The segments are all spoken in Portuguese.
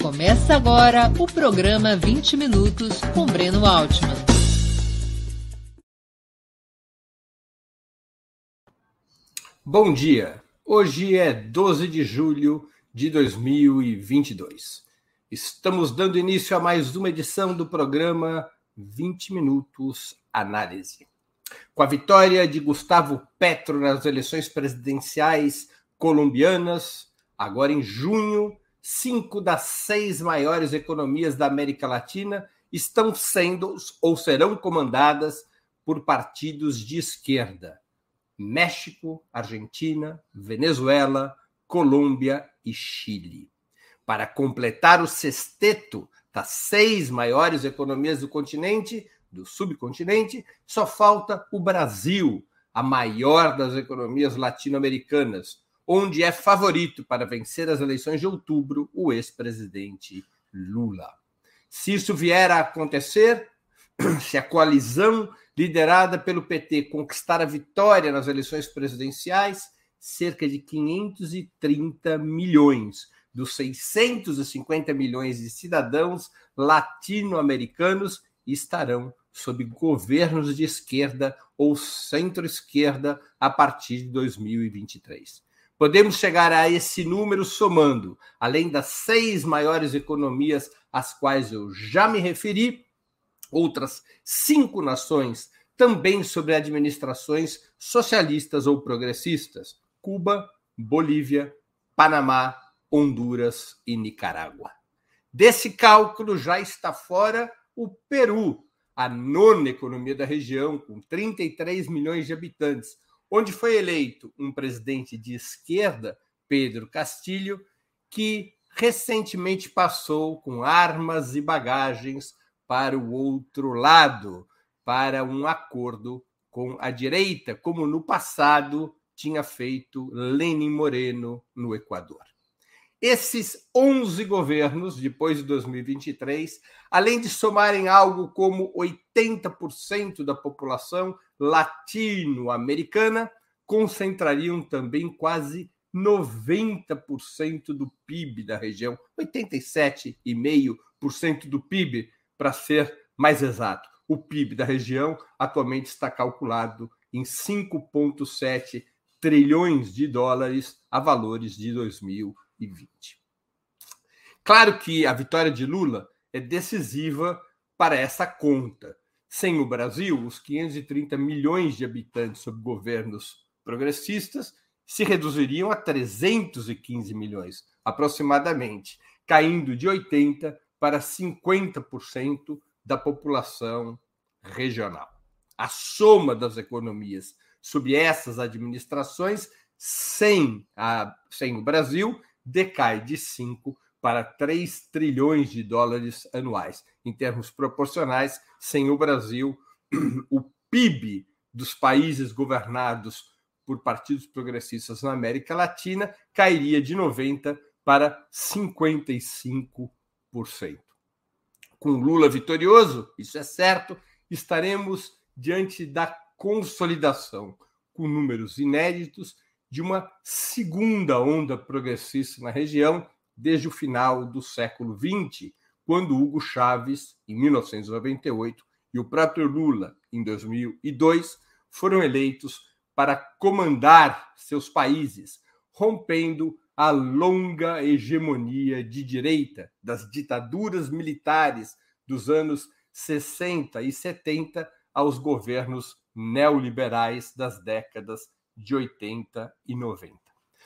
Começa agora o programa 20 Minutos com Breno Altman. Bom dia! Hoje é 12 de julho de 2022. Estamos dando início a mais uma edição do programa 20 Minutos Análise. Com a vitória de Gustavo Petro nas eleições presidenciais colombianas, agora em junho, 5 das 6 maiores economias da América Latina estão sendo ou serão comandadas por partidos de esquerda. México, Argentina, Venezuela, Colômbia e Chile. Para completar o sexteto das 6 maiores economias do subcontinente, só falta o Brasil, a maior das economias latino-americanas, onde é favorito para vencer as eleições de outubro o ex-presidente Lula. Se isso vier a acontecer, se a coalizão liderada pelo PT conquistar a vitória nas eleições presidenciais, cerca de 530 milhões dos 650 milhões de cidadãos latino-americanos estarão sob governos de esquerda ou centro-esquerda a partir de 2023. Podemos chegar a esse número somando, além das 6 maiores economias às quais eu já me referi, outras 5 nações também sobre administrações socialistas ou progressistas: Cuba, Bolívia, Panamá, Honduras e Nicarágua. Desse cálculo já está fora o Peru, a 9ª economia da região, com 33 milhões de habitantes, onde foi eleito um presidente de esquerda, Pedro Castillo, que recentemente passou com armas e bagagens para o outro lado, para um acordo com a direita, como no passado tinha feito Lenín Moreno no Equador. Esses 11 governos, depois de 2023, além de somarem algo como 80% da população latino-americana, concentrariam também quase 90% do PIB da região, 87,5% do PIB, para ser mais exato. O PIB da região atualmente está calculado em 5,7 trilhões de dólares a valores de 2020. Claro que a vitória de Lula é decisiva para essa conta. Sem o Brasil, os 530 milhões de habitantes sob governos progressistas se reduziriam a 315 milhões, aproximadamente, caindo de 80% para 50% da população regional. A soma das economias sob essas administrações, sem o Brasil, decai de 5 para 3 trilhões de dólares anuais. Em termos proporcionais, sem o Brasil, o PIB dos países governados por partidos progressistas na América Latina cairia de 90% para 55%. Com Lula vitorioso, isso é certo, estaremos diante da consolidação, com números inéditos, de uma segunda onda progressista na região desde o final do século XX, quando Hugo Chávez, em 1998, e o próprio Lula, em 2002, foram eleitos para comandar seus países, rompendo a longa hegemonia de direita das ditaduras militares dos anos 60 e 70 aos governos neoliberais das décadas de 80 e 90.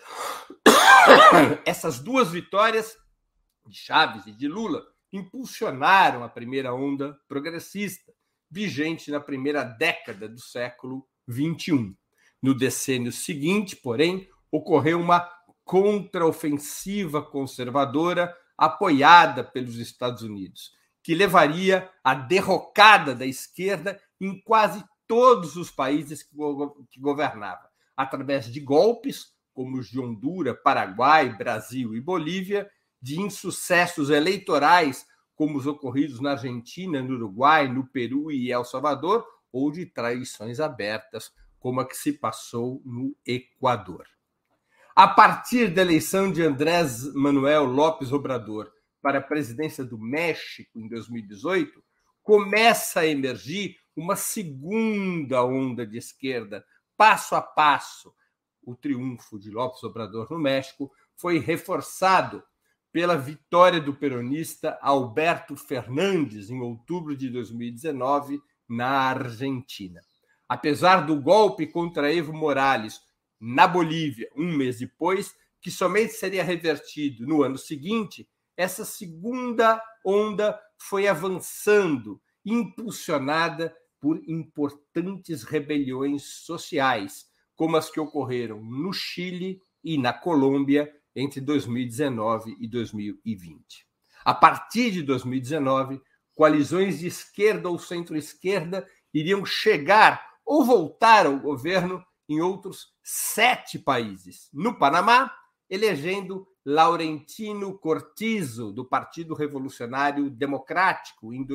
Essas duas vitórias de Chávez e de Lula impulsionaram a primeira onda progressista, vigente na primeira década do século XXI. No decênio seguinte, porém, ocorreu uma contraofensiva conservadora apoiada pelos Estados Unidos, que levaria à derrocada da esquerda em quase todos os países que governava, através de golpes, como os de Honduras, Paraguai, Brasil e Bolívia, de insucessos eleitorais, como os ocorridos na Argentina, no Uruguai, no Peru e El Salvador, ou de traições abertas, como a que se passou no Equador. A partir da eleição de Andrés Manuel López Obrador para a presidência do México em 2018, começa a emergir uma segunda onda de esquerda, passo a passo. O triunfo de López Obrador no México foi reforçado pela vitória do peronista Alberto Fernandes em outubro de 2019 na Argentina. Apesar do golpe contra Evo Morales na Bolívia, um mês depois, que somente seria revertido no ano seguinte, essa segunda onda foi avançando, impulsionada por importantes rebeliões sociais, como as que ocorreram no Chile e na Colômbia entre 2019 e 2020. A partir de 2019, coalizões de esquerda ou centro-esquerda iriam chegar ou voltar ao governo em outros 7 países. No Panamá, elegendo Laurentino Cortizo, do Partido Revolucionário Democrático, em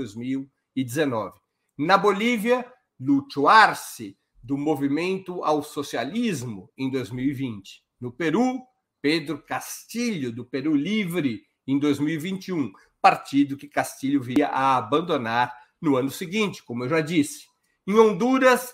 2019. Na Bolívia, Lucho Arce, do Movimento ao Socialismo, em 2020. No Peru, Pedro Castillo, do Peru Livre, em 2021, partido que Castillo viria a abandonar no ano seguinte, como eu já disse. Em Honduras,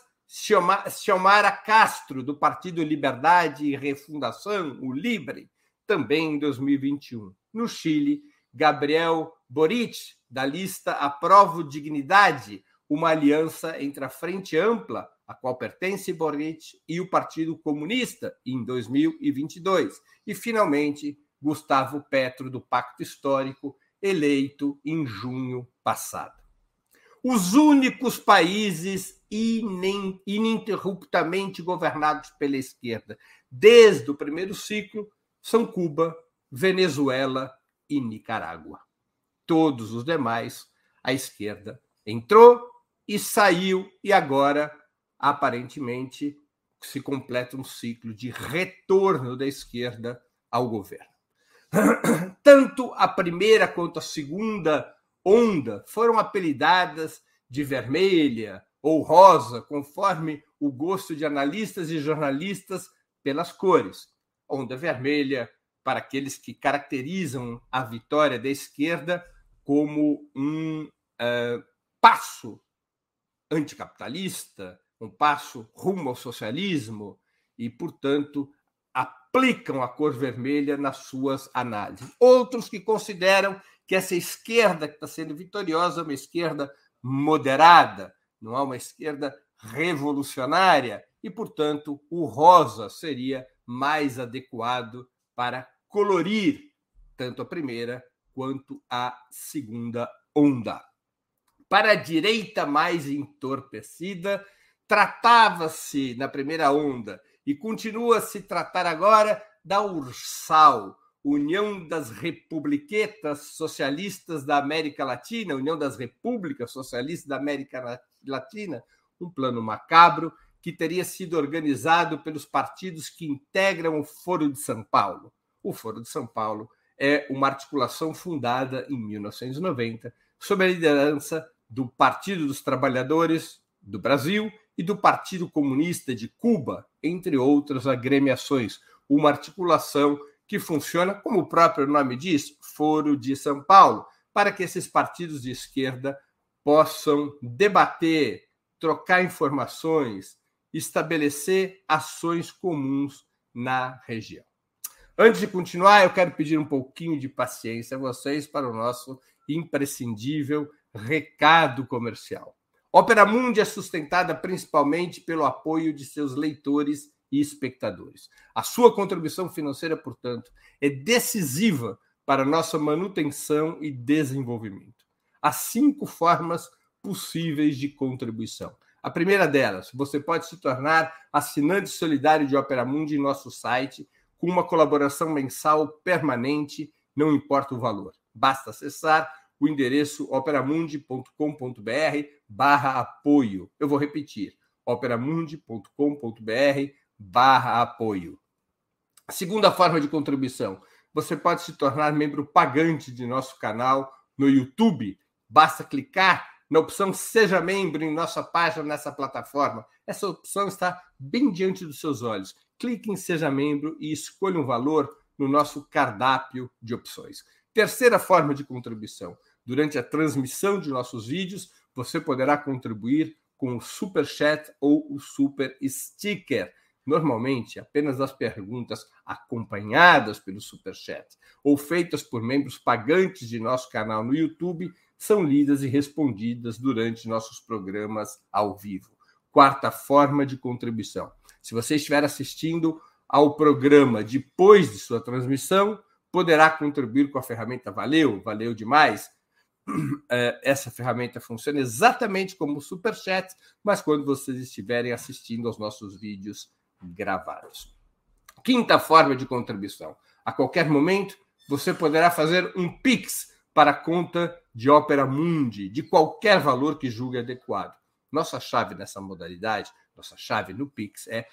Xiomara Castro, do Partido Liberdade e Refundação, o Libre, também em 2021. No Chile, Gabriel Boric, da lista Aprovo Dignidade, uma aliança entre a Frente Ampla, a qual pertence Boric, e o Partido Comunista, em 2022. E, finalmente, Gustavo Petro, do Pacto Histórico, eleito em junho passado. Os únicos países ininterruptamente governados pela esquerda desde o primeiro ciclo são Cuba, Venezuela e Nicarágua. Todos os demais, a esquerda entrou e saiu, e agora, aparentemente, se completa um ciclo de retorno da esquerda ao governo. Tanto a primeira quanto a segunda onda foram apelidadas de vermelha ou rosa, conforme o gosto de analistas e jornalistas pelas cores. Onda vermelha para aqueles que caracterizam a vitória da esquerda como um passo anticapitalista, um passo rumo ao socialismo e, portanto, aplicam a cor vermelha nas suas análises. Outros que consideram que essa esquerda que está sendo vitoriosa é uma esquerda moderada, não é uma esquerda revolucionária, e, portanto, o rosa seria mais adequado para colorir tanto a primeira quanto a segunda onda. Para a direita mais entorpecida, tratava-se na primeira onda e continua a se tratar agora da URSAL, União das Republiquetas Socialistas da América Latina, União das Repúblicas Socialistas da América Latina, um plano macabro que teria sido organizado pelos partidos que integram o Foro de São Paulo. O Foro de São Paulo é uma articulação fundada em 1990 sob a liderança do Partido dos Trabalhadores do Brasil e do Partido Comunista de Cuba, entre outras agremiações. Uma articulação que funciona, como o próprio nome diz, Foro de São Paulo, para que esses partidos de esquerda possam debater, trocar informações, estabelecer ações comuns na região. Antes de continuar, eu quero pedir um pouquinho de paciência a vocês para o nosso imprescindível recado comercial. Ópera Mundi é sustentada principalmente pelo apoio de seus leitores e espectadores. A sua contribuição financeira, portanto, é decisiva para a nossa manutenção e desenvolvimento. Há 5 formas possíveis de contribuição. A primeira delas, você pode se tornar assinante solidário de Ópera Mundi em nosso site, com uma colaboração mensal permanente, não importa o valor. Basta acessar o endereço operamundi.com.br/apoio. Eu vou repetir, operamundi.com.br/apoio. A segunda forma de contribuição, você pode se tornar membro pagante de nosso canal no YouTube. Basta clicar na opção Seja Membro em nossa página nessa plataforma. Essa opção está bem diante dos seus olhos. Clique em Seja Membro e escolha um valor no nosso cardápio de opções. Terceira forma de contribuição. Durante a transmissão de nossos vídeos, você poderá contribuir com o Super Chat ou o Super Sticker. Normalmente, apenas as perguntas acompanhadas pelo Super Chat ou feitas por membros pagantes de nosso canal no YouTube são lidas e respondidas durante nossos programas ao vivo. Quarta forma de contribuição. Se você estiver assistindo ao programa depois de sua transmissão, poderá contribuir com a ferramenta Valeu demais. Essa ferramenta funciona exatamente como o Super Chat, mas quando vocês estiverem assistindo aos nossos vídeos gravados. Quinta forma de contribuição. A qualquer momento, você poderá fazer um Pix para a conta de Opera Mundi, de qualquer valor que julgue adequado. Nossa chave nessa modalidade, nossa chave no Pix é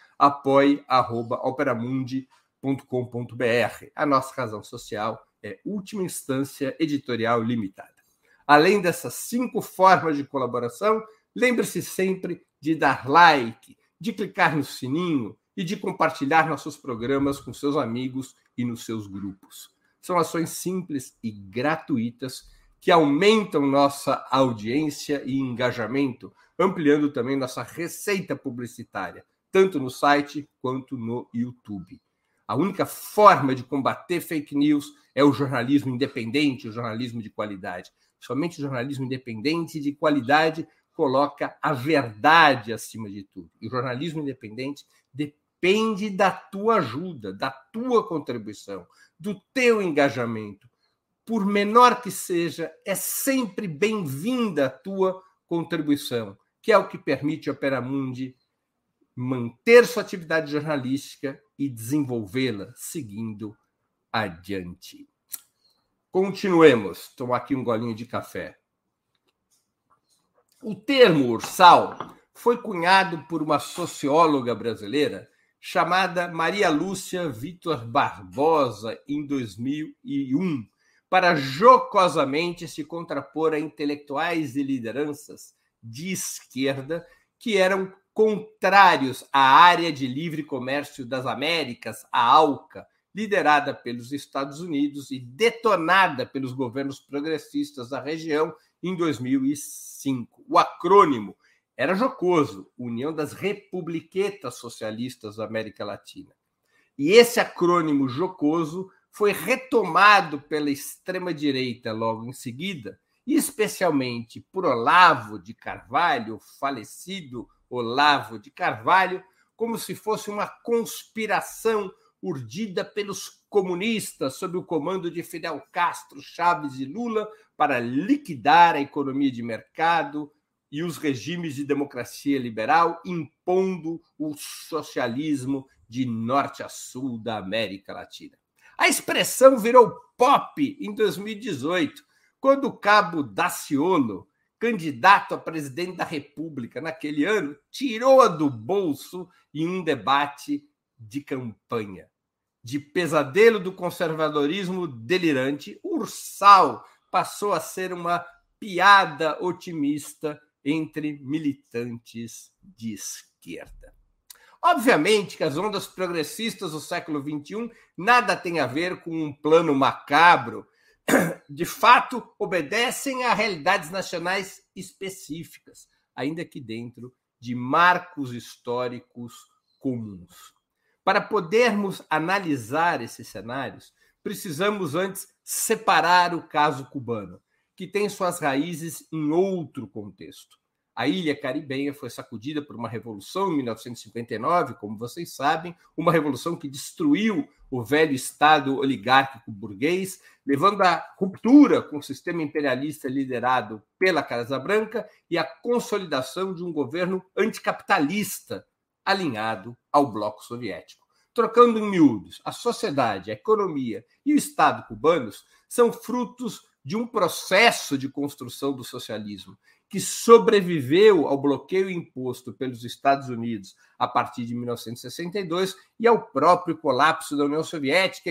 apoie@operamundi.com.br. A nossa razão social é Última Instância Editorial Limitada. Além dessas 5 formas de colaboração, lembre-se sempre de dar like, de clicar no sininho e de compartilhar nossos programas com seus amigos e nos seus grupos. São ações simples e gratuitas que aumentam nossa audiência e engajamento, ampliando também nossa receita publicitária, tanto no site quanto no YouTube. A única forma de combater fake news é o jornalismo independente, o jornalismo de qualidade. Somente o jornalismo independente e de qualidade coloca a verdade acima de tudo. E o jornalismo independente depende da tua ajuda, da tua contribuição, do teu engajamento. Por menor que seja, é sempre bem-vinda a tua contribuição, que é o que permite a Opera Mundi manter sua atividade jornalística e desenvolvê-la seguindo adiante. Continuemos. Tomar aqui um golinho de café. O termo ursal foi cunhado por uma socióloga brasileira chamada Maria Lúcia Vitor Barbosa em 2001, para jocosamente se contrapor a intelectuais e lideranças de esquerda que eram contrários à Área de Livre Comércio das Américas, a ALCA, liderada pelos Estados Unidos e detonada pelos governos progressistas da região em 2005. O acrônimo era jocoso, União das Republiquetas Socialistas da América Latina. E esse acrônimo jocoso foi retomado pela extrema-direita logo em seguida, e especialmente por Olavo de Carvalho, o falecido Olavo de Carvalho, como se fosse uma conspiração urdida pelos comunistas sob o comando de Fidel Castro, Chávez e Lula para liquidar a economia de mercado e os regimes de democracia liberal, impondo o socialismo de norte a sul da América Latina. A expressão virou pop em 2018, quando o cabo Daciolo, candidato a presidente da República naquele ano, tirou-a do bolso em um debate de campanha. De pesadelo do conservadorismo delirante, Ursal passou a ser uma piada otimista entre militantes de esquerda. Obviamente que as ondas progressistas do século XXI nada têm a ver com um plano macabro. De fato, obedecem a realidades nacionais específicas, ainda que dentro de marcos históricos comuns. Para podermos analisar esses cenários, precisamos antes separar o caso cubano, que tem suas raízes em outro contexto. A ilha caribenha foi sacudida por uma revolução em 1959, como vocês sabem, uma revolução que destruiu o velho Estado oligárquico burguês, levando à ruptura com o sistema imperialista liderado pela Casa Branca e à consolidação de um governo anticapitalista alinhado ao bloco soviético. Trocando em miúdos, a sociedade, a economia e o Estado cubanos são frutos de um processo de construção do socialismo que sobreviveu ao bloqueio imposto pelos Estados Unidos a partir de 1962 e ao próprio colapso da União Soviética em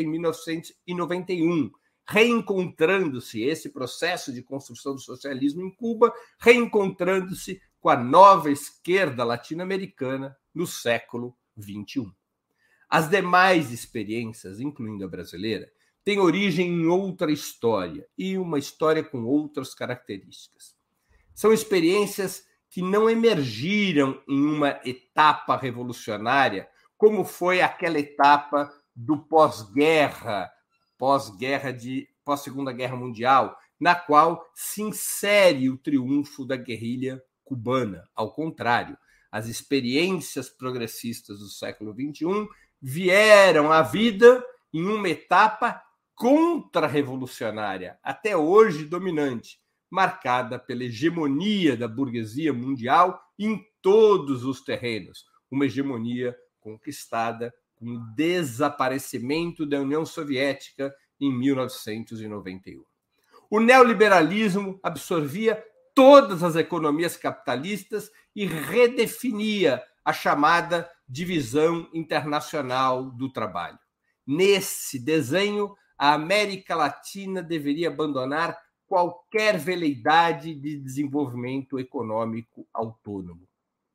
1991, reencontrando-se esse processo de construção do socialismo em Cuba, reencontrando-se com a nova esquerda latino-americana no século XXI. As demais experiências, incluindo a brasileira, tem origem em outra história e uma história com outras características. São experiências que não emergiram em uma etapa revolucionária, como foi aquela etapa do pós-guerra, pós-Segunda Guerra Mundial, na qual se insere o triunfo da guerrilha cubana. Ao contrário, as experiências progressistas do século XXI vieram à vida em uma etapa contra-revolucionária, até hoje dominante, marcada pela hegemonia da burguesia mundial em todos os terrenos, uma hegemonia conquistada com o desaparecimento da União Soviética em 1991. O neoliberalismo absorvia todas as economias capitalistas e redefinia a chamada divisão internacional do trabalho. Nesse desenho, a América Latina deveria abandonar qualquer veleidade de desenvolvimento econômico autônomo.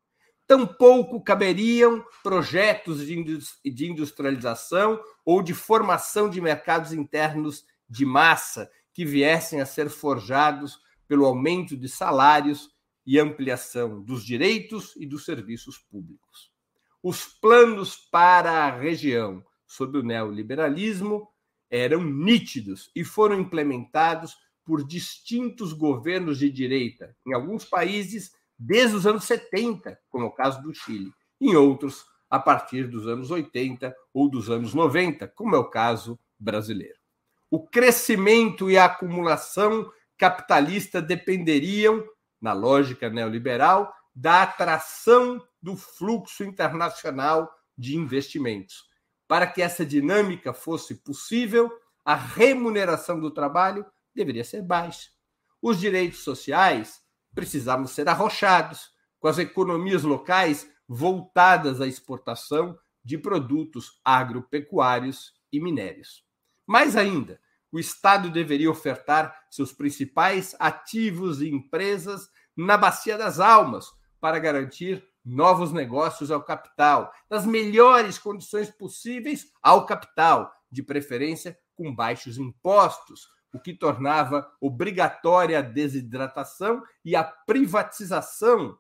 Tampouco caberiam projetos de industrialização ou de formação de mercados internos de massa que viessem a ser forjados pelo aumento de salários e ampliação dos direitos e dos serviços públicos. Os planos para a região sob o neoliberalismo eram nítidos e foram implementados por distintos governos de direita, em alguns países desde os anos 70, como é o caso do Chile, em outros a partir dos anos 80 ou dos anos 90, como é o caso brasileiro. O crescimento e a acumulação capitalista dependeriam, na lógica neoliberal, da atração do fluxo internacional de investimentos. Para que essa dinâmica fosse possível, a remuneração do trabalho deveria ser baixa. Os direitos sociais precisavam ser arrochados, com as economias locais voltadas à exportação de produtos agropecuários e minérios. Mais ainda, o Estado deveria ofertar seus principais ativos e empresas na Bacia das Almas para garantir novos negócios ao capital, nas melhores condições possíveis ao capital, de preferência com baixos impostos, o que tornava obrigatória a desidratação e a privatização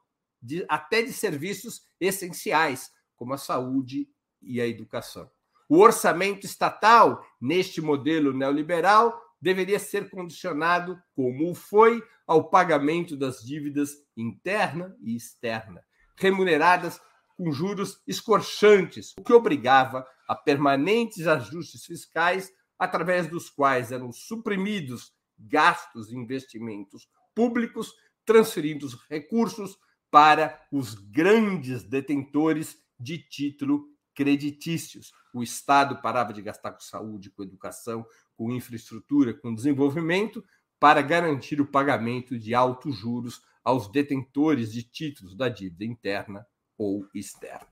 até de serviços essenciais, como a saúde e a educação. O orçamento estatal, neste modelo neoliberal, deveria ser condicionado, como foi, ao pagamento das dívidas interna e externa, remuneradas com juros escorchantes, o que obrigava a permanentes ajustes fiscais, através dos quais eram suprimidos gastos e investimentos públicos, transferindo os recursos para os grandes detentores de título creditícios. O Estado parava de gastar com saúde, com educação, com infraestrutura, com desenvolvimento, para garantir o pagamento de altos juros aos detentores de títulos da dívida interna ou externa.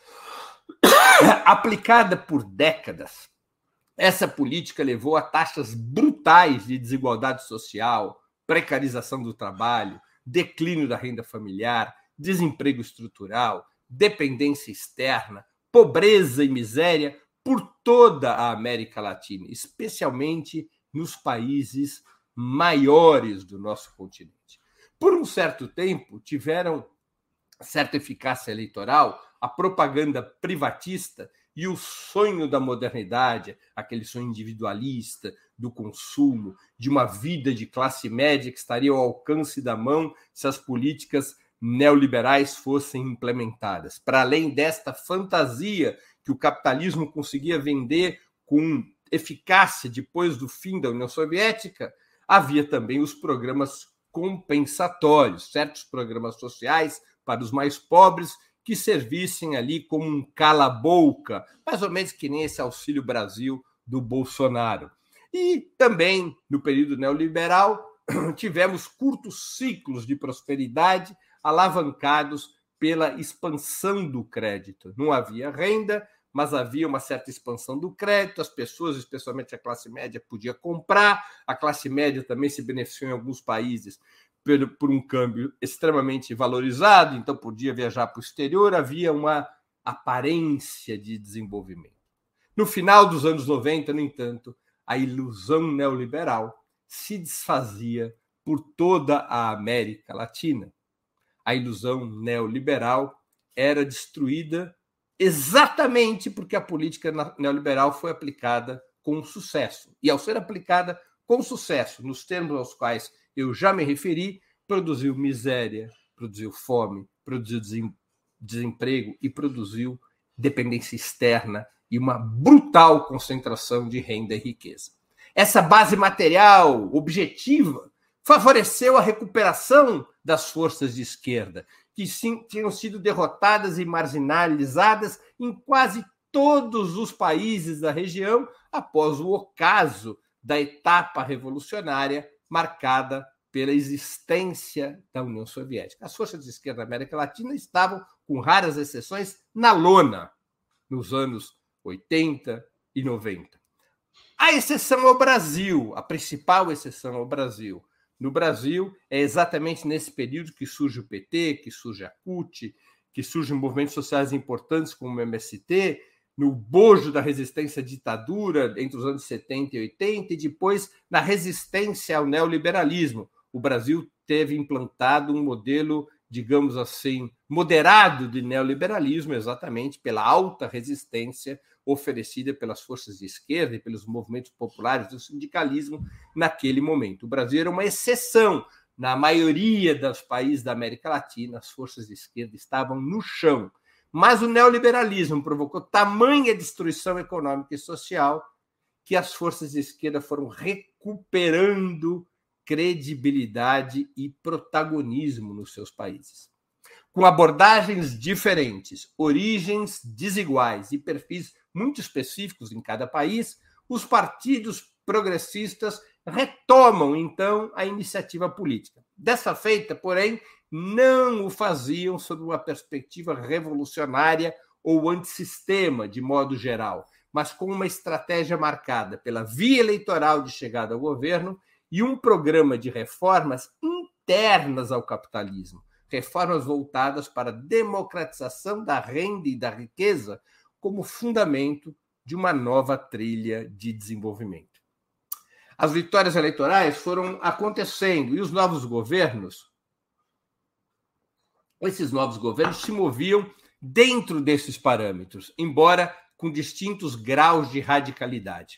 Aplicada por décadas, essa política levou a taxas brutais de desigualdade social, precarização do trabalho, declínio da renda familiar, desemprego estrutural, dependência externa, pobreza e miséria por toda a América Latina, especialmente nos países maiores do nosso continente. Por um certo tempo, tiveram certa eficácia eleitoral a propaganda privatista e o sonho da modernidade, aquele sonho individualista do consumo, de uma vida de classe média que estaria ao alcance da mão se as políticas neoliberais fossem implementadas. Para além desta fantasia que o capitalismo conseguia vender com eficácia depois do fim da União Soviética, havia também os programas compensatórios, certos programas sociais para os mais pobres que servissem ali como um cala-boca, mais ou menos que nem esse Auxílio Brasil do Bolsonaro. E também, no período neoliberal, tivemos curtos ciclos de prosperidade alavancados pela expansão do crédito. Não havia renda, mas havia uma certa expansão do crédito, as pessoas, especialmente a classe média, podia comprar, a classe média também se beneficiou em alguns países por um câmbio extremamente valorizado, então podia viajar para o exterior, havia uma aparência de desenvolvimento. No final dos anos 90, no entanto, a ilusão neoliberal se desfazia por toda a América Latina. A ilusão neoliberal era destruída exatamente porque a política neoliberal foi aplicada com sucesso. E, ao ser aplicada com sucesso, nos termos aos quais eu já me referi, produziu miséria, produziu fome, produziu desemprego e produziu dependência externa e uma brutal concentração de renda e riqueza. Essa base material objetiva favoreceu a recuperação das forças de esquerda, que tinham sido derrotadas e marginalizadas em quase todos os países da região após o ocaso da etapa revolucionária marcada pela existência da União Soviética. As forças de esquerda da América Latina estavam, com raras exceções, na lona nos anos 80 e 90. A exceção ao Brasil, a principal exceção ao Brasil. No Brasil, é exatamente nesse período que surge o PT, que surge a CUT, que surgem movimentos sociais importantes como o MST, no bojo da resistência à ditadura entre os anos 70 e 80, e depois na resistência ao neoliberalismo. O Brasil teve implantado um modelo, digamos assim, moderado de neoliberalismo, exatamente pela alta resistência oferecida pelas forças de esquerda e pelos movimentos populares do sindicalismo naquele momento. O Brasil era uma exceção. Na maioria dos países da América Latina, as forças de esquerda estavam no chão. Mas o neoliberalismo provocou tamanha destruição econômica e social que as forças de esquerda foram recuperando credibilidade e protagonismo nos seus países. Com abordagens diferentes, origens desiguais e perfis muito específicos em cada país, os partidos progressistas retomam, então, a iniciativa política. Dessa feita, porém, não o faziam sob uma perspectiva revolucionária ou antissistema, de modo geral, mas com uma estratégia marcada pela via eleitoral de chegada ao governo e um programa de reformas internas ao capitalismo, reformas voltadas para a democratização da renda e da riqueza como fundamento de uma nova trilha de desenvolvimento. As vitórias eleitorais foram acontecendo e os novos governos, esses novos governos se moviam dentro desses parâmetros, embora com distintos graus de radicalidade.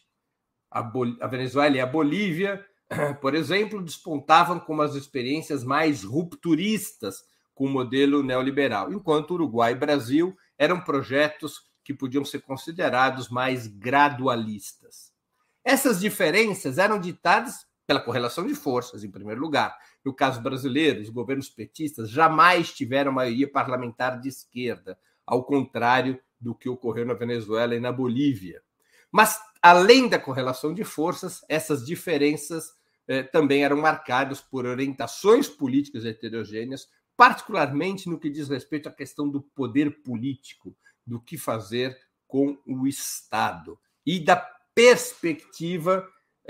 A Venezuela e a Bolívia, por exemplo, despontavam como as experiências mais rupturistas com o modelo neoliberal, enquanto Uruguai e Brasil eram projetos que podiam ser considerados mais gradualistas. Essas diferenças eram ditadas pela correlação de forças, em primeiro lugar. No caso brasileiro, os governos petistas jamais tiveram maioria parlamentar de esquerda, ao contrário do que ocorreu na Venezuela e na Bolívia. Mas, além da correlação de forças, essas diferenças também eram marcadas por orientações políticas heterogêneas, particularmente no que diz respeito à questão do poder político, do que fazer com o Estado e da perspectiva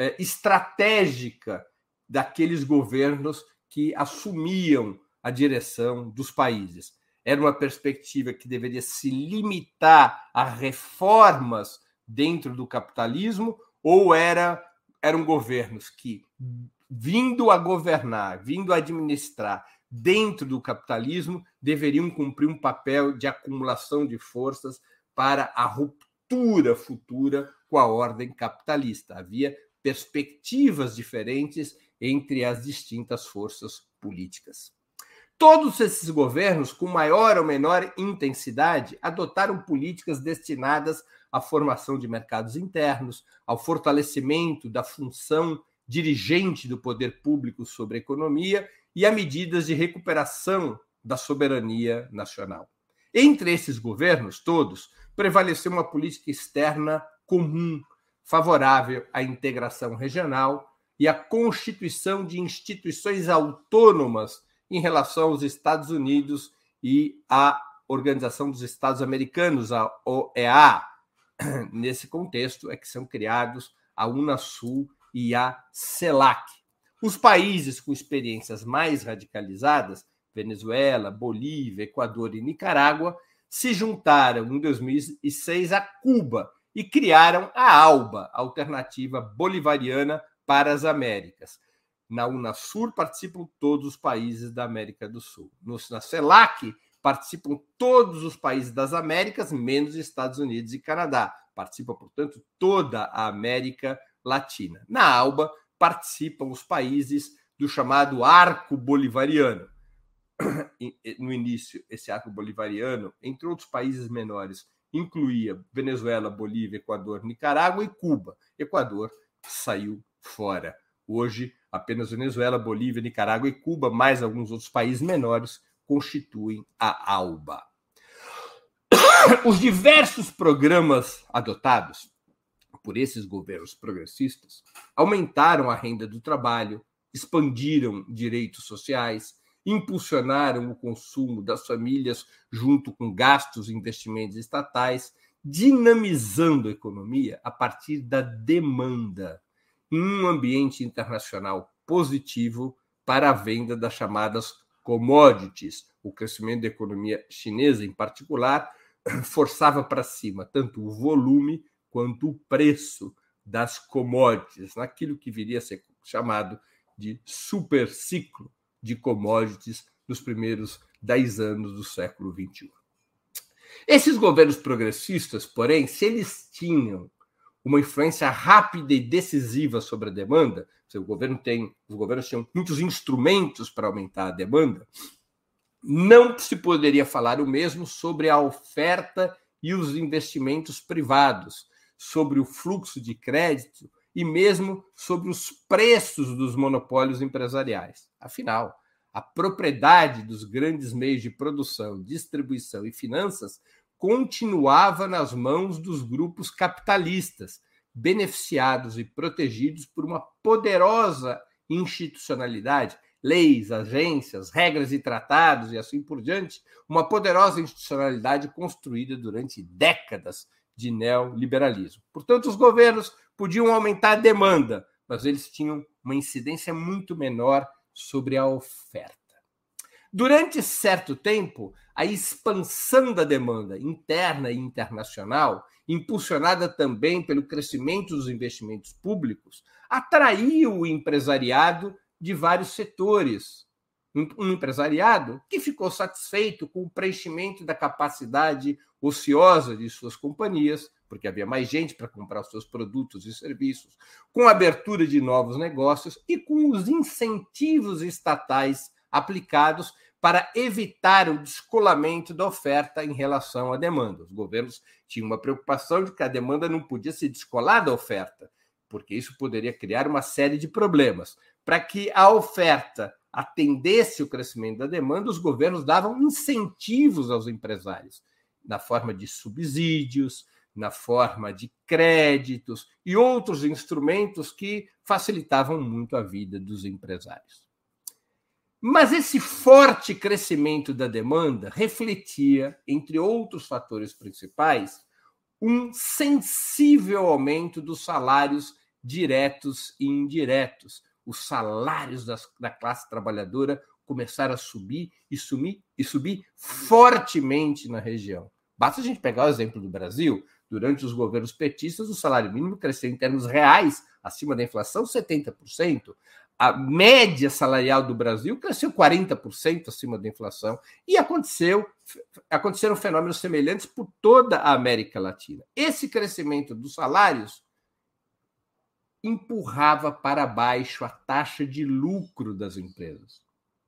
estratégica daqueles governos que assumiam a direção dos países. Era uma perspectiva que deveria se limitar a reformas dentro do capitalismo ou eram governos que, vindo a governar, vindo a administrar dentro do capitalismo, deveriam cumprir um papel de acumulação de forças para a ruptura futura com a ordem capitalista. Havia perspectivas diferentes entre as distintas forças políticas. Todos esses governos, com maior ou menor intensidade, adotaram políticas destinadas à formação de mercados internos, ao fortalecimento da função dirigente do poder público sobre a economia e a medidas de recuperação da soberania nacional. Entre esses governos todos, prevaleceu uma política externa comum, favorável à integração regional e à constituição de instituições autônomas em relação aos Estados Unidos e à Organização dos Estados Americanos, a OEA. Nesse contexto é que são criados a Unasul e a CELAC. Os países com experiências mais radicalizadas, Venezuela, Bolívia, Equador e Nicarágua, se juntaram em 2006 a Cuba e criaram a ALBA, Alternativa Bolivariana para as Américas. Na Unasur participam todos os países da América do Sul. Na CELAC participam todos os países das Américas, menos Estados Unidos e Canadá. Participa, portanto, toda a América Latina. Na ALBA participam os países do chamado Arco Bolivariano. No início, esse arco bolivariano, entre outros países menores, incluía Venezuela, Bolívia, Equador, Nicarágua e Cuba. Equador saiu fora. Hoje, apenas Venezuela, Bolívia, Nicarágua e Cuba, mais alguns outros países menores, constituem a ALBA. Os diversos programas adotados por esses governos progressistas aumentaram a renda do trabalho, expandiram direitos sociais, impulsionaram o consumo das famílias junto com gastos e investimentos estatais, dinamizando a economia a partir da demanda, em um ambiente internacional positivo para a venda das chamadas commodities. O crescimento da economia chinesa, em particular, forçava para cima tanto o volume quanto o preço das commodities, naquilo que viria a ser chamado de superciclo de commodities nos primeiros 10 anos do século XXI. Esses governos progressistas, porém, se eles tinham uma influência rápida e decisiva sobre a demanda, os governos tinham muitos instrumentos para aumentar a demanda, não se poderia falar o mesmo sobre a oferta e os investimentos privados, sobre o fluxo de crédito e mesmo sobre os preços dos monopólios empresariais. Afinal, a propriedade dos grandes meios de produção, distribuição e finanças continuava nas mãos dos grupos capitalistas, beneficiados e protegidos por uma poderosa institucionalidade, leis, agências, regras e tratados e assim por diante, uma poderosa institucionalidade construída durante décadas de neoliberalismo. Portanto, os governos podiam aumentar a demanda, mas eles tinham uma incidência muito menor sobre a oferta. Durante certo tempo, a expansão da demanda interna e internacional, impulsionada também pelo crescimento dos investimentos públicos, atraiu o empresariado de vários setores. Um empresariado que ficou satisfeito com o preenchimento da capacidade ociosa de suas companhias, porque havia mais gente para comprar os seus produtos e serviços, com a abertura de novos negócios e com os incentivos estatais aplicados para evitar o descolamento da oferta em relação à demanda. Os governos tinham uma preocupação de que a demanda não podia se descolar da oferta, porque isso poderia criar uma série de problemas. Para que a oferta atendesse o crescimento da demanda, os governos davam incentivos aos empresários, na forma de subsídios, na forma de créditos e outros instrumentos que facilitavam muito a vida dos empresários. Mas esse forte crescimento da demanda refletia, entre outros fatores principais, um sensível aumento dos salários diretos e indiretos. Os salários da classe trabalhadora começaram a subir fortemente na região. Basta a gente pegar o exemplo do Brasil. Durante os governos petistas, o salário mínimo cresceu em termos reais, acima da inflação, 70%. A média salarial do Brasil cresceu 40% acima da inflação e aconteceram fenômenos semelhantes por toda a América Latina. Esse crescimento dos salários empurrava para baixo a taxa de lucro das empresas.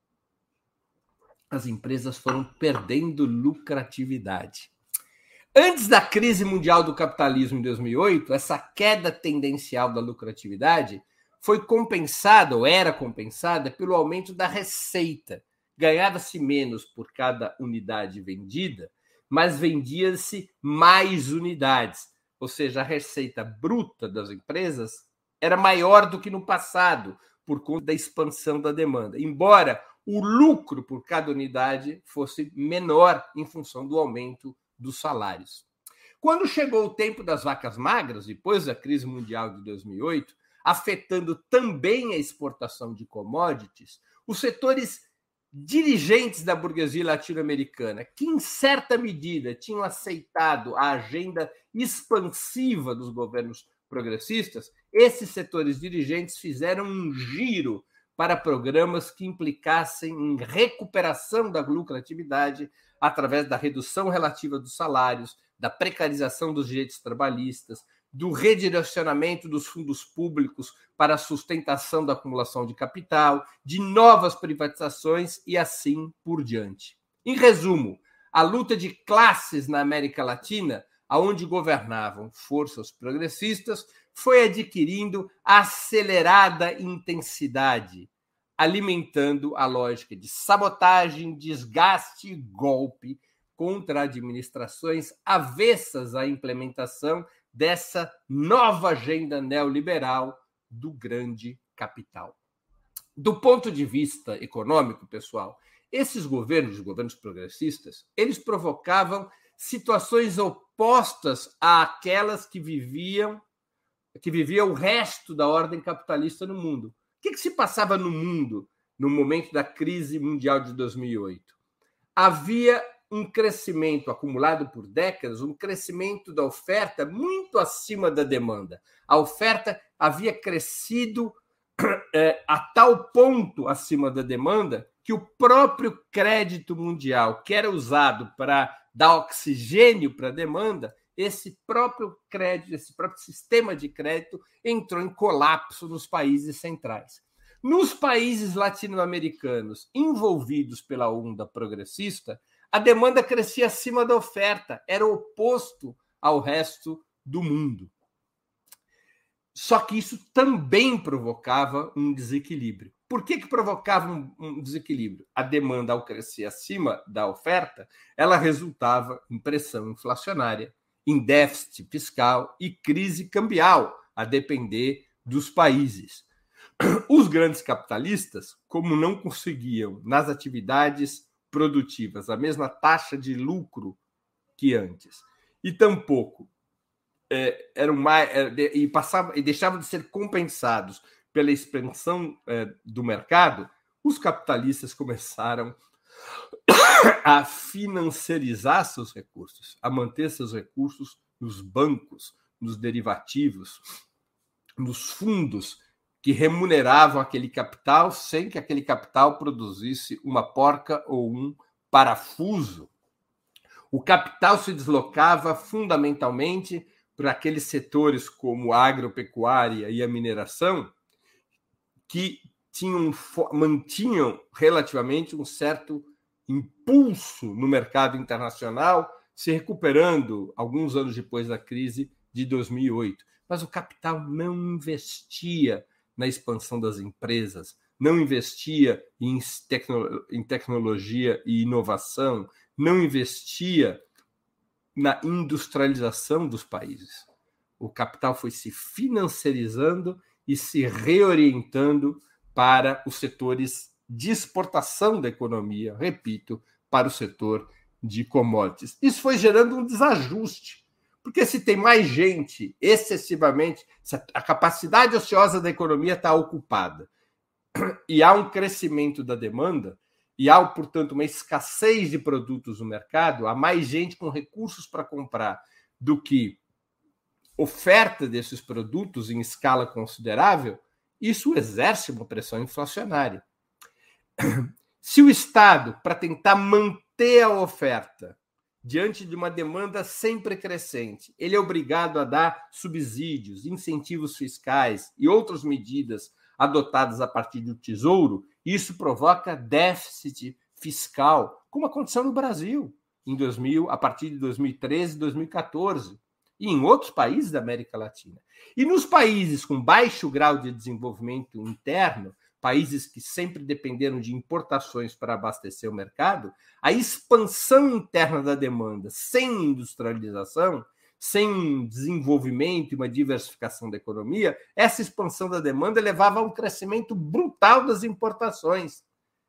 As empresas foram perdendo lucratividade. Antes da crise mundial do capitalismo em 2008, essa queda tendencial da lucratividade foi compensada, ou era compensada, pelo aumento da receita. Ganhava-se menos por cada unidade vendida, mas vendia-se mais unidades. Ou seja, a receita bruta das empresas era maior do que no passado, por conta da expansão da demanda, embora o lucro por cada unidade fosse menor em função do aumento dos salários. Quando chegou o tempo das vacas magras, depois da crise mundial de 2008, afetando também a exportação de commodities, os setores dirigentes da burguesia latino-americana, que em certa medida tinham aceitado a agenda expansiva dos governos progressistas, esses setores dirigentes fizeram um giro para programas que implicassem em recuperação da lucratividade através da redução relativa dos salários, da precarização dos direitos trabalhistas, do redirecionamento dos fundos públicos para a sustentação da acumulação de capital, de novas privatizações e assim por diante. Em resumo, a luta de classes na América Latina, onde governavam forças progressistas, foi adquirindo acelerada intensidade, alimentando a lógica de sabotagem, desgaste e golpe contra administrações avessas à implementação dessa nova agenda neoliberal do grande capital. Do ponto de vista econômico, pessoal, esses governos, os governos progressistas, eles provocavam situações opostas àquelas que vivia o resto da ordem capitalista no mundo. O que se passava no mundo no momento da crise mundial de 2008? Havia um crescimento acumulado por décadas, um crescimento da oferta muito acima da demanda. A oferta havia crescido a tal ponto acima da demanda que o próprio crédito mundial, que era usado para dar oxigênio para a demanda, esse próprio crédito, esse próprio sistema de crédito entrou em colapso nos países centrais. Nos países latino-americanos envolvidos pela onda progressista, a demanda crescia acima da oferta, era o oposto ao resto do mundo. Só que isso também provocava um desequilíbrio. Por que provocava um desequilíbrio? A demanda, ao crescer acima da oferta, ela resultava em pressão inflacionária, em déficit fiscal e crise cambial, a depender dos países. Os grandes capitalistas, como não conseguiam nas atividades produtivas a mesma taxa de lucro que antes, e tampouco deixavam de ser compensados pela expansão do mercado, os capitalistas começaram a financiarizar seus recursos, a manter seus recursos nos bancos, nos derivativos, nos fundos que remuneravam aquele capital sem que aquele capital produzisse uma porca ou um parafuso. O capital se deslocava fundamentalmente para aqueles setores como a agropecuária e a mineração, que mantinham relativamente um certo impulso no mercado internacional, se recuperando alguns anos depois da crise de 2008. Mas o capital não investia na expansão das empresas, não investia em tecnologia e inovação, não investia na industrialização dos países. O capital foi se financiarizando e se reorientando para os setores de exportação da economia, repito, para o setor de commodities. Isso foi gerando um desajuste, porque se tem mais gente excessivamente, se a capacidade ociosa da economia está ocupada e há um crescimento da demanda, e há, portanto, uma escassez de produtos no mercado, há mais gente com recursos para comprar do que oferta desses produtos em escala considerável, isso exerce uma pressão inflacionária. Se o Estado, para tentar manter a oferta diante de uma demanda sempre crescente, ele é obrigado a dar subsídios, incentivos fiscais e outras medidas adotadas a partir do Tesouro, isso provoca déficit fiscal, como aconteceu no Brasil a partir de 2013 e 2014, e em outros países da América Latina. E nos países com baixo grau de desenvolvimento interno, países que sempre dependeram de importações para abastecer o mercado, a expansão interna da demanda sem industrialização, sem desenvolvimento e uma diversificação da economia, essa expansão da demanda levava a um crescimento brutal das importações.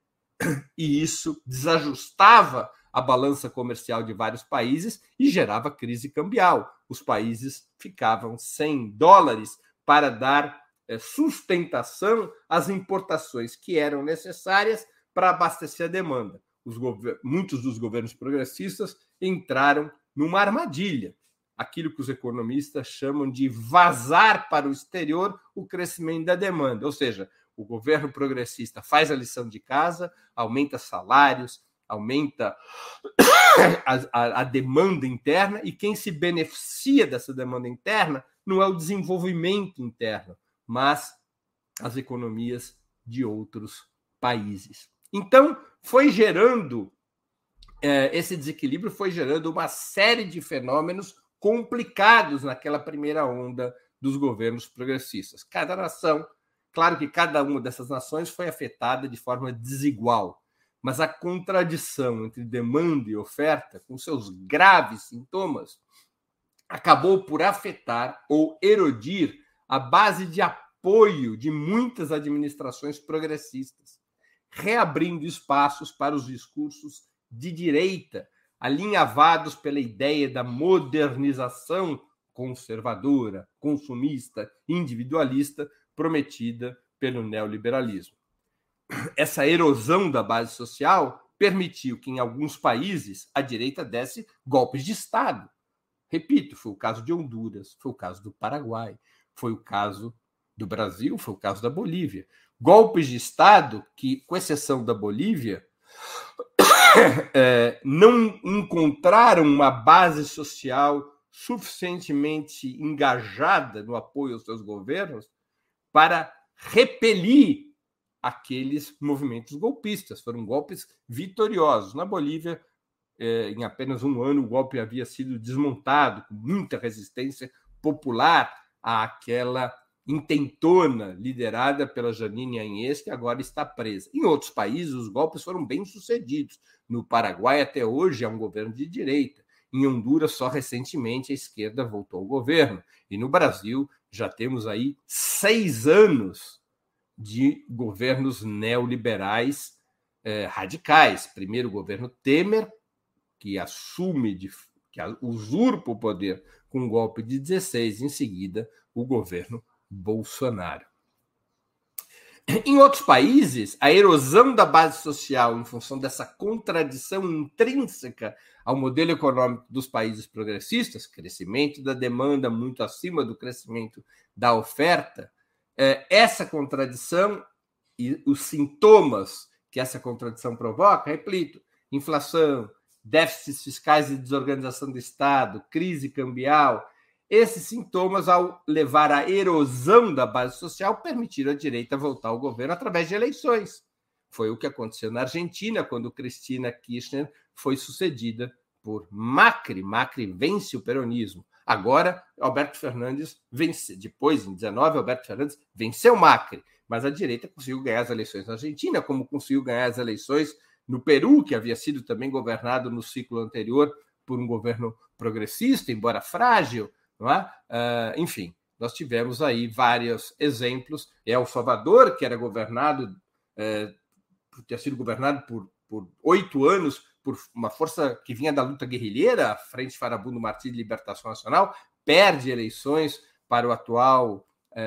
E isso desajustava a balança comercial de vários países e gerava crise cambial. Os países ficavam sem dólares para dar sustentação às importações que eram necessárias para abastecer a demanda. Muitos dos governos progressistas entraram numa armadilha, aquilo que os economistas chamam de vazar para o exterior o crescimento da demanda. Ou seja, o governo progressista faz a lição de casa, aumenta salários, aumenta a demanda interna, e quem se beneficia dessa demanda interna não é o desenvolvimento interno, mas as economias de outros países. Então, foi gerando esse desequilíbrio, foi gerando uma série de fenômenos complicados naquela primeira onda dos governos progressistas. Cada nação, claro que cada uma dessas nações foi afetada de forma desigual, mas a contradição entre demanda e oferta, com seus graves sintomas, acabou por afetar ou erodir a base de apoio de muitas administrações progressistas, reabrindo espaços para os discursos de direita, alinhavados pela ideia da modernização conservadora, consumista, individualista, prometida pelo neoliberalismo. Essa erosão da base social permitiu que, em alguns países, a direita desse golpes de Estado. Repito, foi o caso de Honduras, foi o caso do Paraguai, foi o caso do Brasil, foi o caso da Bolívia. Golpes de Estado que, com exceção da Bolívia, não encontraram uma base social suficientemente engajada no apoio aos seus governos para repelir aqueles movimentos golpistas. Foram golpes vitoriosos. Na Bolívia, em apenas um ano, o golpe havia sido desmontado, com muita resistência popular àquela intentona liderada pela Janine Áñez, que agora está presa. Em outros países, os golpes foram bem-sucedidos. No Paraguai, até hoje, é um governo de direita. Em Honduras, só recentemente, a esquerda voltou ao governo. E no Brasil, já temos aí 6 anos de governos neoliberais radicais. Primeiro, o governo Temer, que usurpa o poder com um golpe de 16, em seguida, o governo Bolsonaro. Em outros países, a erosão da base social em função dessa contradição intrínseca ao modelo econômico dos países progressistas, crescimento da demanda muito acima do crescimento da oferta, essa contradição e os sintomas que essa contradição provoca, repito, inflação, déficits fiscais e desorganização do Estado, crise cambial, esses sintomas, ao levar à erosão da base social, permitiram à direita voltar ao governo através de eleições. Foi o que aconteceu na Argentina, quando Cristina Kirchner foi sucedida por Macri. Macri vence o peronismo. Agora, Alberto Fernandes vence. Depois, em 19, Alberto Fernandes venceu Macri. Mas a direita conseguiu ganhar as eleições na Argentina, como conseguiu ganhar as eleições no Peru, que havia sido também governado no ciclo anterior por um governo progressista, embora frágil. Não é? Enfim, nós tivemos aí vários exemplos. El Salvador, que era governado, tinha sido governado por 8 anos por uma força que vinha da luta guerrilheira, a Frente Farabundo Martí de Libertação Nacional, perde eleições para o atual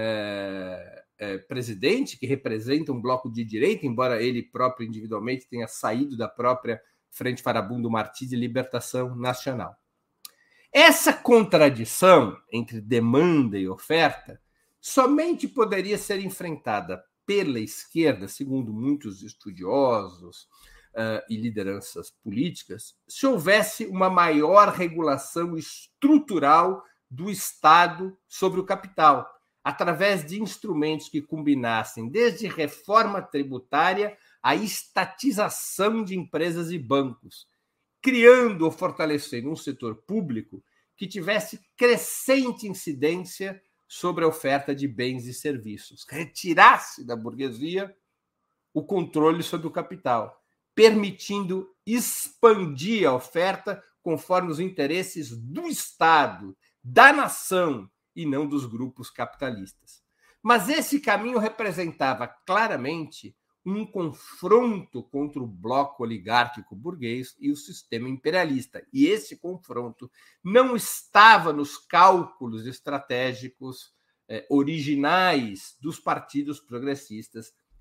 presidente, que representa um bloco de direita, embora ele próprio individualmente tenha saído da própria Frente Farabundo Martí de Libertação Nacional. Essa contradição entre demanda e oferta somente poderia ser enfrentada pela esquerda, segundo muitos estudiosos e lideranças políticas, se houvesse uma maior regulação estrutural do Estado sobre o capital, através de instrumentos que combinassem desde reforma tributária à estatização de empresas e bancos, criando ou fortalecendo um setor público que tivesse crescente incidência sobre a oferta de bens e serviços, retirasse da burguesia o controle sobre o capital, permitindo expandir a oferta conforme os interesses do Estado, da nação e não dos grupos capitalistas. Mas esse caminho representava claramente um confronto contra o bloco oligárquico burguês e o sistema imperialista. E esse confronto não estava nos cálculos estratégicos originais dos partidos progressistas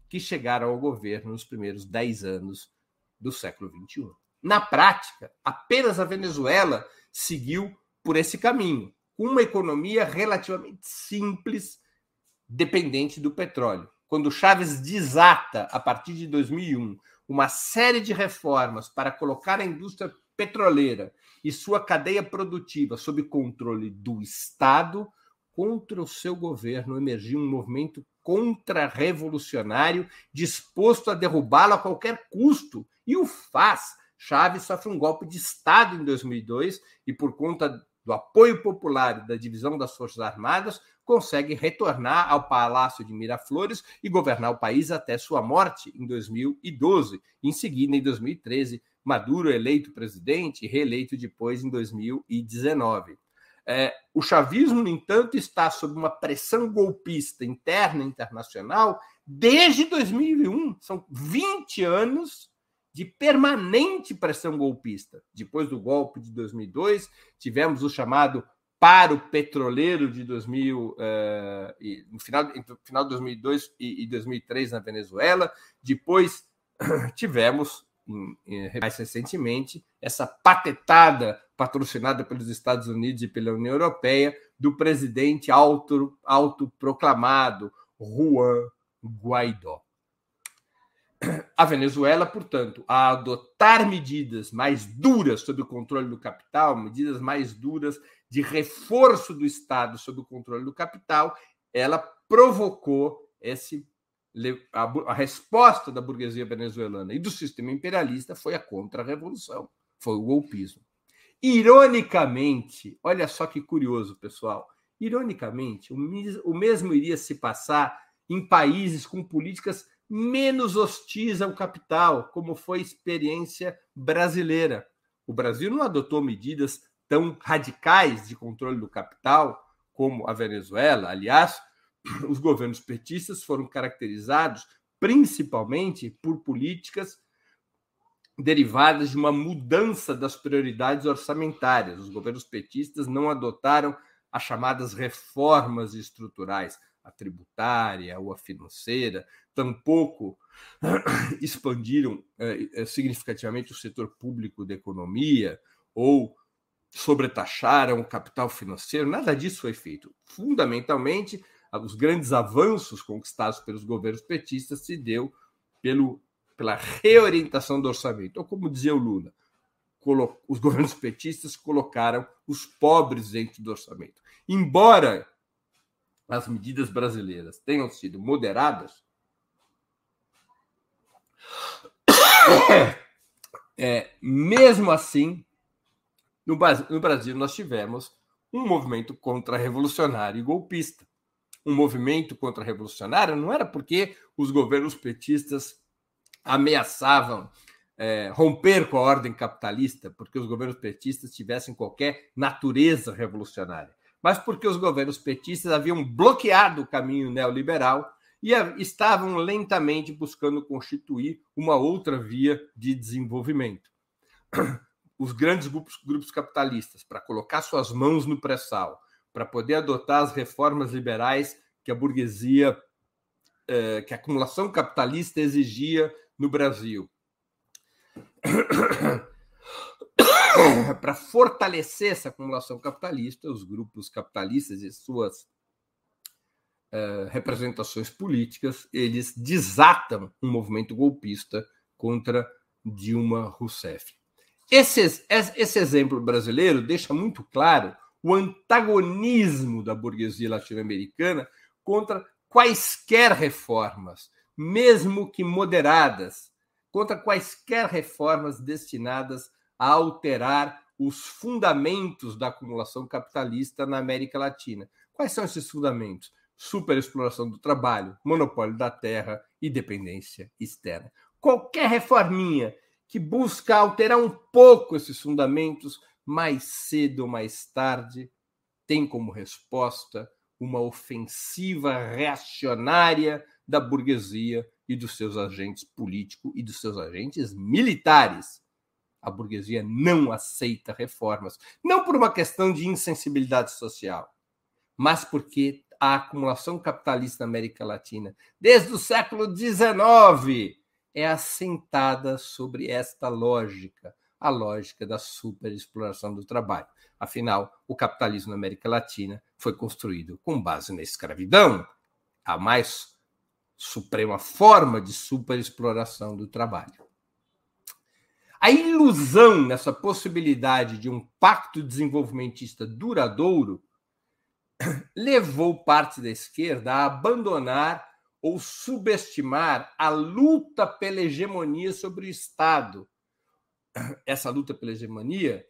que chegaram ao governo nos primeiros 10 anos do século XXI. Na prática, apenas a Venezuela seguiu por esse caminho, com uma economia relativamente simples, dependente do petróleo. Quando Chávez desata, a partir de 2001, uma série de reformas para colocar a indústria petroleira e sua cadeia produtiva sob controle do Estado, contra o seu governo emergiu um movimento contra-revolucionário disposto a derrubá-lo a qualquer custo, e o faz. Chávez sofre um golpe de Estado em 2002 e, por conta do apoio popular e da divisão das Forças Armadas, consegue retornar ao Palácio de Miraflores e governar o país até sua morte em 2012. Em seguida, em 2013, Maduro é eleito presidente e reeleito depois em 2019. O chavismo, no entanto, está sob uma pressão golpista interna e internacional desde 2001. São 20 anos de permanente pressão golpista. Depois do golpe de 2002, tivemos o chamado paro petroleiro de 2000, no final de 2002 e 2003 na Venezuela. Depois tivemos, mais recentemente, essa patetada patrocinada pelos Estados Unidos e pela União Europeia do presidente autoproclamado Juan Guaidó. A Venezuela, portanto, a adotar medidas mais duras sob o controle do capital, medidas mais duras de reforço do Estado sob o controle do capital, ela provocou a resposta da burguesia venezuelana e do sistema imperialista foi a contra-revolução, foi o golpismo. Ironicamente, olha só que curioso, pessoal, ironicamente, o mesmo iria se passar em países com políticas menos hostis ao capital, como foi a experiência brasileira. O Brasil não adotou medidas tão radicais de controle do capital como a Venezuela. Aliás, os governos petistas foram caracterizados principalmente por políticas derivadas de uma mudança das prioridades orçamentárias. Os governos petistas não adotaram as chamadas reformas estruturais, a tributária ou a financeira, tampouco expandiram significativamente o setor público da economia ou sobretaxaram o capital financeiro, nada disso foi feito. Fundamentalmente, os grandes avanços conquistados pelos governos petistas se deu pela reorientação do orçamento. Ou como dizia o Lula, os governos petistas colocaram os pobres dentro do orçamento. Embora as medidas brasileiras tenham sido moderadas, mesmo assim, no Brasil nós tivemos um movimento contra-revolucionário e golpista. Um movimento contra-revolucionário não era porque os governos petistas ameaçavam romper com a ordem capitalista, porque os governos petistas tivessem qualquer natureza revolucionária, mas porque os governos petistas haviam bloqueado o caminho neoliberal e estavam lentamente buscando constituir uma outra via de desenvolvimento. Os grandes grupos capitalistas, para colocar suas mãos no pré-sal, para poder adotar as reformas liberais que a burguesia, que a acumulação capitalista exigia no Brasil, para fortalecer essa acumulação capitalista, os grupos capitalistas e suas representações políticas, eles desatam um movimento golpista contra Dilma Rousseff. Esse exemplo brasileiro deixa muito claro o antagonismo da burguesia latino-americana contra quaisquer reformas, mesmo que moderadas, contra quaisquer reformas destinadas a alterar os fundamentos da acumulação capitalista na América Latina. Quais são esses fundamentos? Superexploração do trabalho, monopólio da terra e dependência externa. Qualquer reforminha que busca alterar um pouco esses fundamentos, mais cedo ou mais tarde, tem como resposta uma ofensiva reacionária da burguesia e dos seus agentes políticos e dos seus agentes militares. A burguesia não aceita reformas, não por uma questão de insensibilidade social, mas porque a acumulação capitalista na América Latina, desde o século XIX, é assentada sobre esta lógica, a lógica da superexploração do trabalho. Afinal, o capitalismo na América Latina foi construído com base na escravidão, a mais suprema forma de superexploração do trabalho. A ilusão nessa possibilidade de um pacto desenvolvimentista duradouro levou parte da esquerda a abandonar ou subestimar a luta pela hegemonia sobre o Estado. Essa luta pela hegemonia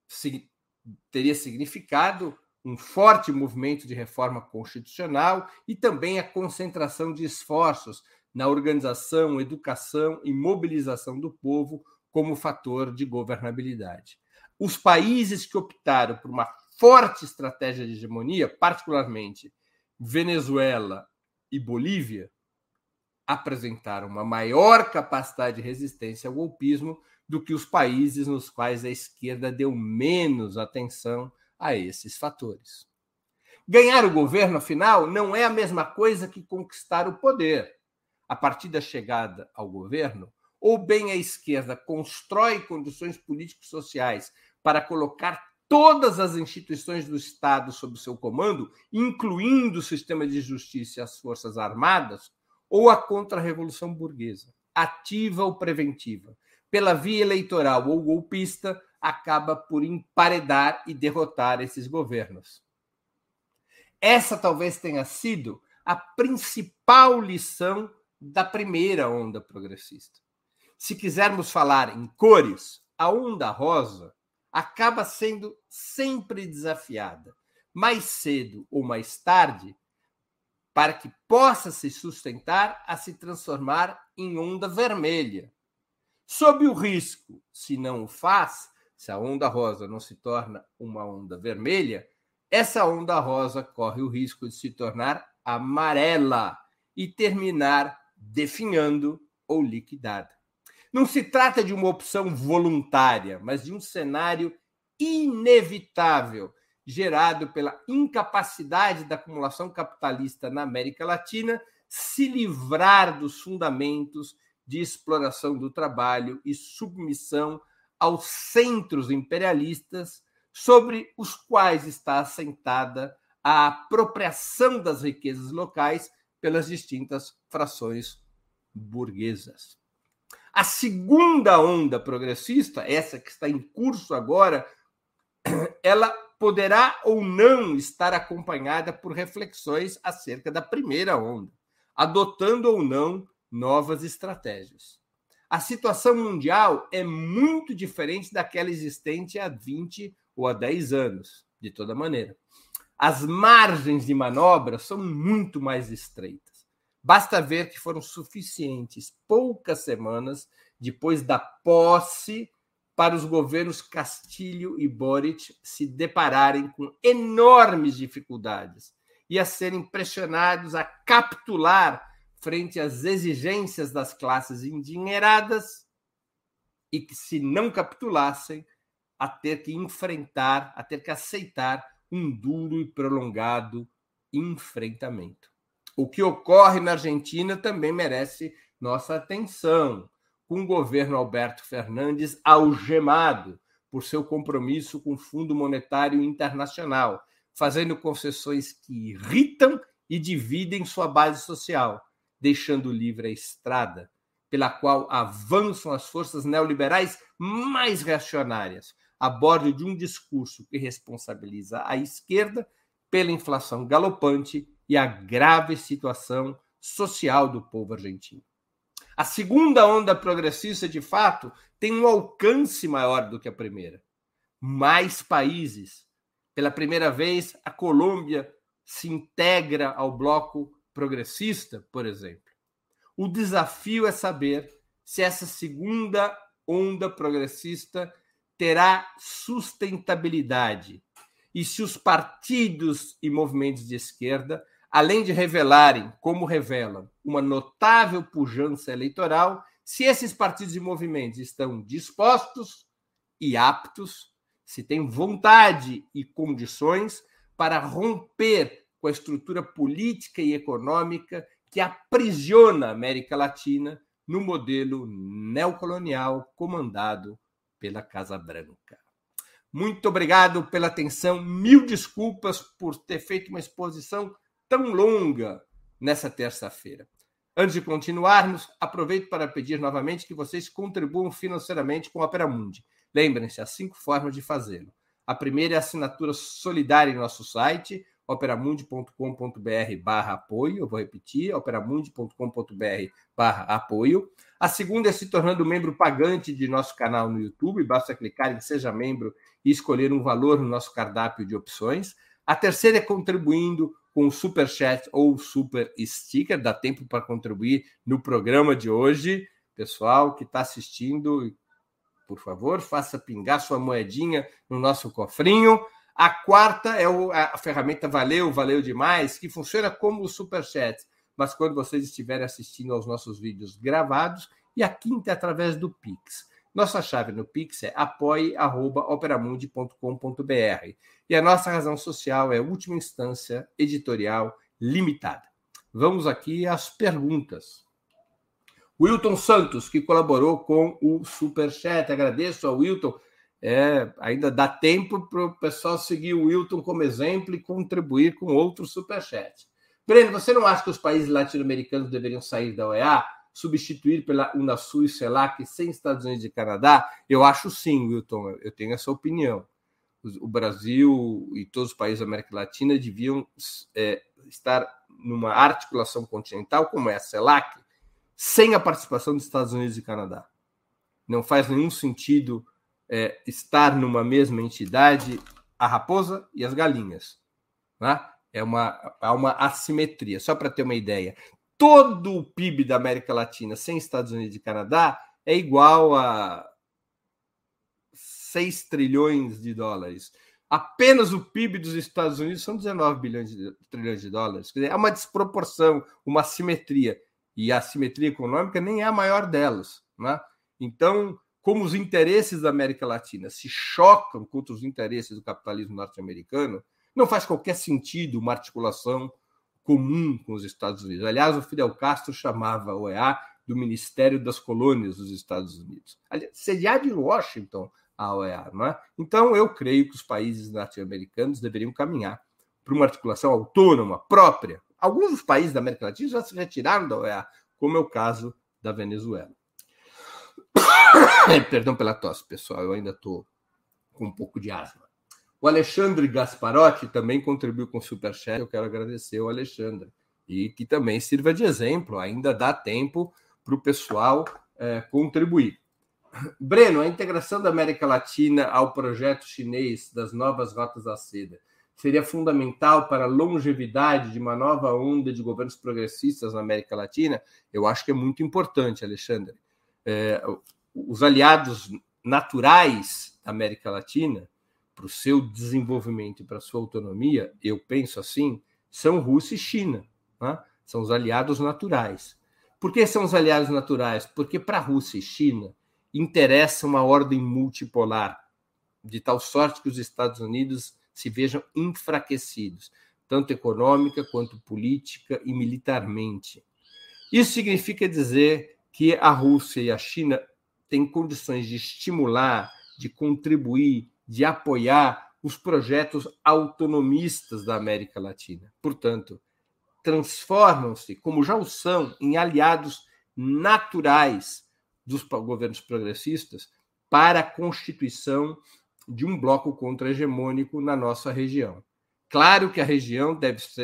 teria significado um forte movimento de reforma constitucional e também a concentração de esforços na organização, educação e mobilização do povo como fator de governabilidade. Os países que optaram por uma forte estratégia de hegemonia, particularmente Venezuela e Bolívia, apresentaram uma maior capacidade de resistência ao golpismo do que os países nos quais a esquerda deu menos atenção a esses fatores. Ganhar o governo, afinal, não é a mesma coisa que conquistar o poder. A partir da chegada ao governo, ou bem a esquerda constrói condições políticos sociais para colocar todas as instituições do Estado sob seu comando, incluindo o sistema de justiça e as forças armadas, ou a contra-revolução burguesa, ativa ou preventiva, pela via eleitoral ou golpista, acaba por emparedar e derrotar esses governos. Essa talvez tenha sido a principal lição da primeira onda progressista. Se quisermos falar em cores, a onda rosa acaba sendo sempre desafiada, mais cedo ou mais tarde, para que possa se sustentar a se transformar em onda vermelha. Sob o risco, se não o faz, se a onda rosa não se torna uma onda vermelha, essa onda rosa corre o risco de se tornar amarela e terminar definhando ou liquidada. Não se trata de uma opção voluntária, mas de um cenário inevitável, gerado pela incapacidade da acumulação capitalista na América Latina se livrar dos fundamentos de exploração do trabalho e submissão aos centros imperialistas sobre os quais está assentada a apropriação das riquezas locais pelas distintas frações burguesas. A segunda onda progressista, essa que está em curso agora, ela poderá ou não estar acompanhada por reflexões acerca da primeira onda, adotando ou não novas estratégias. A situação mundial é muito diferente daquela existente há 20 ou há 10 anos, de toda maneira. As margens de manobra são muito mais estreitas. Basta ver que foram suficientes poucas semanas depois da posse para os governos Castilho e Boric se depararem com enormes dificuldades e a serem pressionados a capitular frente às exigências das classes endinheiradas e que, se não capitulassem, a ter que enfrentar, a ter que aceitar um duro e prolongado enfrentamento. O que ocorre na Argentina também merece nossa atenção, com o governo Alberto Fernandes algemado por seu compromisso com o Fundo Monetário Internacional, fazendo concessões que irritam e dividem sua base social, deixando livre a estrada pela qual avançam as forças neoliberais mais reacionárias, a bordo de um discurso que responsabiliza a esquerda pela inflação galopante e a grave situação social do povo argentino. A segunda onda progressista, de fato, tem um alcance maior do que a primeira. Mais países. Pela primeira vez, a Colômbia se integra ao bloco progressista, por exemplo. O desafio é saber se essa segunda onda progressista terá sustentabilidade e se os partidos e movimentos de esquerda, além de revelarem, como revelam, uma notável pujança eleitoral, se esses partidos e movimentos estão dispostos e aptos, se têm vontade e condições para romper com a estrutura política e econômica que aprisiona a América Latina no modelo neocolonial comandado pela Casa Branca. Muito obrigado pela atenção. Mil desculpas por ter feito uma exposição tão longa nessa terça-feira. Antes de continuarmos, aproveito para pedir novamente que vocês contribuam financeiramente com a Opera Mundi. Lembrem-se, há 5 formas de fazê-lo. A primeira é a assinatura solidária em nosso site, operamundi.com.br/apoio. Eu vou repetir, operamundi.com.br/apoio. A segunda é se tornando membro pagante de nosso canal no YouTube. Basta clicar em Seja Membro e escolher um valor no nosso cardápio de opções. A terceira é contribuindo com o Super Chat ou o Super Sticker. Dá tempo para contribuir no programa de hoje. Pessoal que está assistindo, por favor, faça pingar sua moedinha no nosso cofrinho. A quarta é a ferramenta Valeu Demais, que funciona como o Super Chat, mas quando vocês estiverem assistindo aos nossos vídeos gravados. E a quinta é através do Pix. Nossa chave no Pix é apoie@operamundi.com.br. E a nossa razão social é Última Instância Editorial Limitada. Vamos aqui às perguntas. Wilton Santos, que colaborou com o Superchat. Agradeço ao Wilton. Ainda dá tempo para o pessoal seguir o Wilton como exemplo e contribuir com outro Superchat. Breno, você não acha que os países latino-americanos deveriam sair da OEA? Substituir pela Unasul e CELAC sem Estados Unidos e Canadá? Eu acho sim, Wilton, eu tenho essa opinião. O Brasil e todos os países da América Latina deviam estar numa articulação continental como é a CELAC, sem a participação dos Estados Unidos e Canadá. Não faz nenhum sentido estar numa mesma entidade a raposa e as galinhas. Né? Há uma assimetria. Só para ter uma ideia, todo o PIB da América Latina sem Estados Unidos e Canadá é igual a 6 trilhões de dólares. Apenas o PIB dos Estados Unidos são 19 trilhões de dólares. Quer dizer, é uma desproporção, uma assimetria. E a assimetria econômica nem é a maior delas. Né? Então, como os interesses da América Latina se chocam contra os interesses do capitalismo norte-americano, não faz qualquer sentido uma articulação comum com os Estados Unidos. Aliás, o Fidel Castro chamava a OEA do Ministério das Colônias dos Estados Unidos. Sediado em Washington, a OEA. Não é? Então, eu creio que os países latino-americanos deveriam caminhar para uma articulação autônoma, própria. Alguns dos países da América Latina já se retiraram da OEA, como é o caso da Venezuela. Perdão pela tosse, pessoal, eu ainda estou com um pouco de asma. O Alexandre Gasparotti também contribuiu com o Superchat. Eu quero agradecer ao Alexandre. E que também sirva de exemplo. Ainda dá tempo para o pessoal contribuir. Breno, a integração da América Latina ao projeto chinês das novas rotas da seda seria fundamental para a longevidade de uma nova onda de governos progressistas na América Latina? Eu acho que é muito importante, Alexandre. Os aliados naturais da América Latina, para o seu desenvolvimento e para a sua autonomia, eu penso assim, são Rússia e China. Né? São os aliados naturais. Por que são os aliados naturais? Porque para a Rússia e China interessa uma ordem multipolar, de tal sorte que os Estados Unidos se vejam enfraquecidos, tanto econômica quanto política e militarmente. Isso significa dizer que a Rússia e a China têm condições de estimular, de contribuir, de apoiar os projetos autonomistas da América Latina. Portanto, transformam-se, como já o são, em aliados naturais dos governos progressistas para a constituição de um bloco contra-hegemônico na nossa região. Claro que a região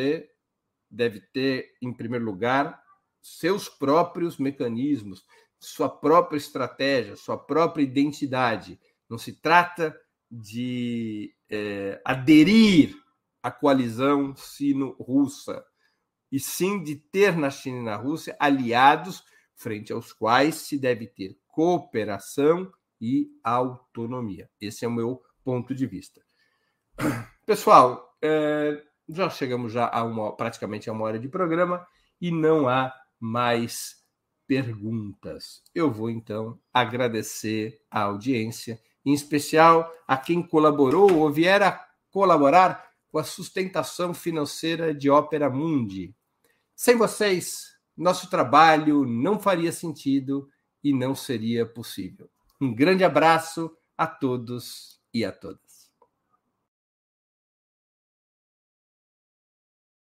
deve ter, em primeiro lugar, seus próprios mecanismos, sua própria estratégia, sua própria identidade. Não se trata de aderir à coalizão sino-russa, e sim de ter na China e na Rússia aliados frente aos quais se deve ter cooperação e autonomia. Esse é o meu ponto de vista. Pessoal, já chegamos praticamente a uma hora de programa e não há mais perguntas. Eu vou, então, agradecer a audiência, em especial a quem colaborou ou vier a colaborar com a sustentação financeira de Opera Mundi. Sem vocês, nosso trabalho não faria sentido e não seria possível. Um grande abraço a todos e a todas.